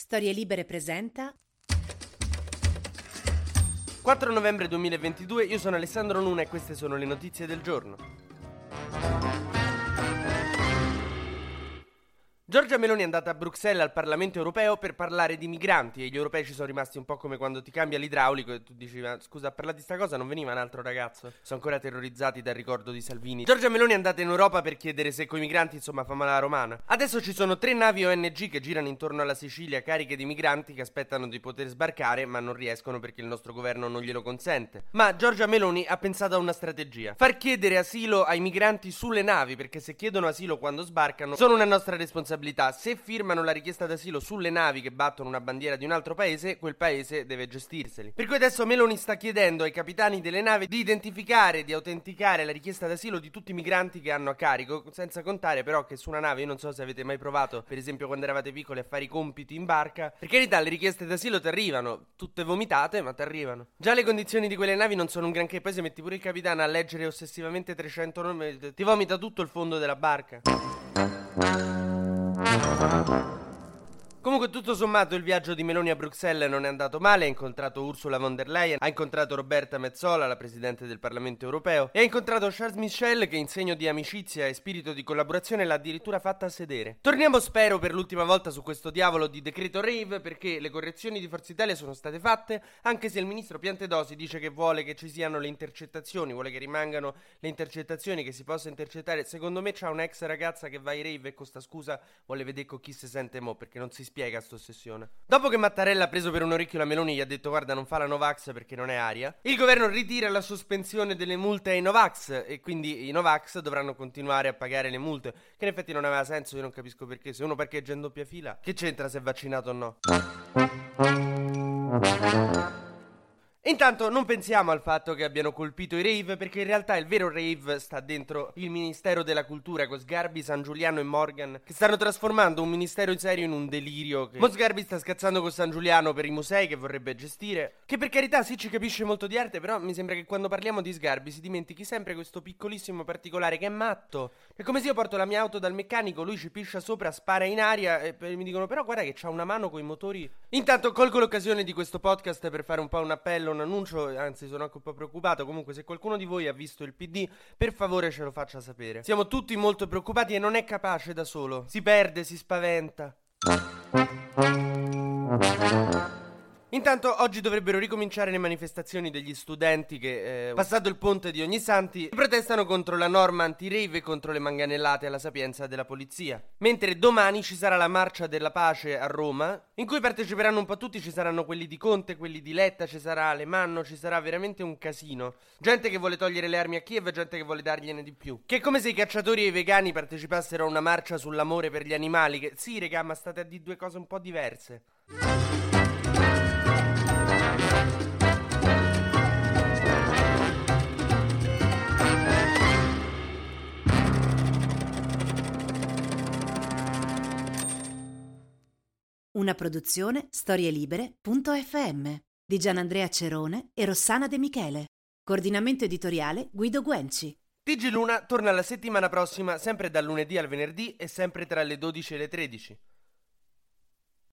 Storie Libere presenta 4 novembre 2022, io sono Alessandro Luna e queste sono le notizie del giorno. Giorgia Meloni è andata a Bruxelles al Parlamento Europeo per parlare di migranti e gli europei ci sono rimasti un po' come quando ti cambia l'idraulico e tu dici ma scusa, a parlare di sta cosa non veniva un altro ragazzo? Sono ancora terrorizzati dal ricordo di Salvini. Giorgia Meloni è andata in Europa per chiedere se coi migranti insomma fa male la romana. Adesso ci sono 3 navi ONG che girano intorno alla Sicilia cariche di migranti che aspettano di poter sbarcare ma non riescono perché il nostro governo non glielo consente. Ma Giorgia Meloni ha pensato a una strategia: far chiedere asilo ai migranti sulle navi, perché se chiedono asilo quando sbarcano sono una nostra responsabilità. Se firmano la richiesta d'asilo sulle navi che battono una bandiera di un altro paese, quel paese deve gestirseli. Per cui adesso Meloni sta chiedendo ai capitani delle navi di identificare, di autenticare la richiesta d'asilo di tutti i migranti che hanno a carico, senza contare però che su una nave, io non so se avete mai provato, per esempio quando eravate piccoli, a fare i compiti in barca, per carità le richieste d'asilo ti arrivano, tutte vomitate, ma ti arrivano. Già le condizioni di quelle navi non sono un granché, poi se metti pure il capitano a leggere ossessivamente 300 nomi, ti vomita tutto il fondo della barca. Comunque tutto sommato il viaggio di Meloni a Bruxelles non è andato male, ha incontrato Ursula von der Leyen, ha incontrato Roberta Metsola, la Presidente del Parlamento Europeo, e ha incontrato Charles Michel che in segno di amicizia e spirito di collaborazione l'ha addirittura fatta sedere. Torniamo spero per l'ultima volta su questo diavolo di decreto rave, perché le correzioni di Forza Italia sono state fatte, anche se il ministro Piantedosi dice che vuole che ci siano le intercettazioni, vuole che rimangano le intercettazioni, che si possa intercettare. Secondo me c'ha un'ex ragazza che va ai rave e con sta scusa vuole vedere con chi si sente mo', perché non si spiega sta ossessione. Dopo che Mattarella ha preso per un orecchio la Meloni e gli ha detto guarda non fa la Novax perché non è aria, il governo ritira la sospensione delle multe ai Novax e quindi i Novax dovranno continuare a pagare le multe, che in effetti non aveva senso. Io non capisco perché, se uno parcheggia in doppia fila, che c'entra se è vaccinato o no? Intanto non pensiamo al fatto che abbiano colpito i rave, perché in realtà il vero rave sta dentro il Ministero della Cultura, con Sgarbi, San Giuliano e Morgan, che stanno trasformando un ministero in serio in un delirio. Mo Sgarbi sta scazzando con San Giuliano per i musei che vorrebbe gestire, che per carità sì ci capisce molto di arte, però mi sembra che quando parliamo di Sgarbi si dimentichi sempre questo piccolissimo particolare che è matto. È come se io porto la mia auto dal meccanico, lui ci piscia sopra, spara in aria e mi dicono però guarda che c'ha una mano coi motori. Intanto colgo l'occasione di questo podcast per fare un po' un appello, un annuncio, anzi sono anche un po' preoccupato. Comunque se qualcuno di voi ha visto il PD, per favore ce lo faccia sapere. Siamo tutti molto preoccupati e non è capace da solo, si perde, si spaventa. Intanto oggi dovrebbero ricominciare le manifestazioni degli studenti che, passato il ponte di Ognissanti, protestano contro la norma anti-rave e contro le manganellate alla Sapienza della polizia. Mentre domani ci sarà la marcia della pace a Roma, in cui parteciperanno un po' tutti, ci saranno quelli di Conte, quelli di Letta, ci sarà Alemanno, ci sarà veramente un casino. Gente che vuole togliere le armi a Kiev, gente che vuole dargliene di più. Che è come se i cacciatori e i vegani partecipassero a una marcia sull'amore per gli animali, che sì regà, ma state a dire due cose un po' diverse. una produzione storielibere.fm di Gianandrea Cerone e Rossana De Michele. Coordinamento editoriale Guido Guenci. TG Luna torna la settimana prossima, sempre dal lunedì al venerdì e sempre tra le 12 e le 13.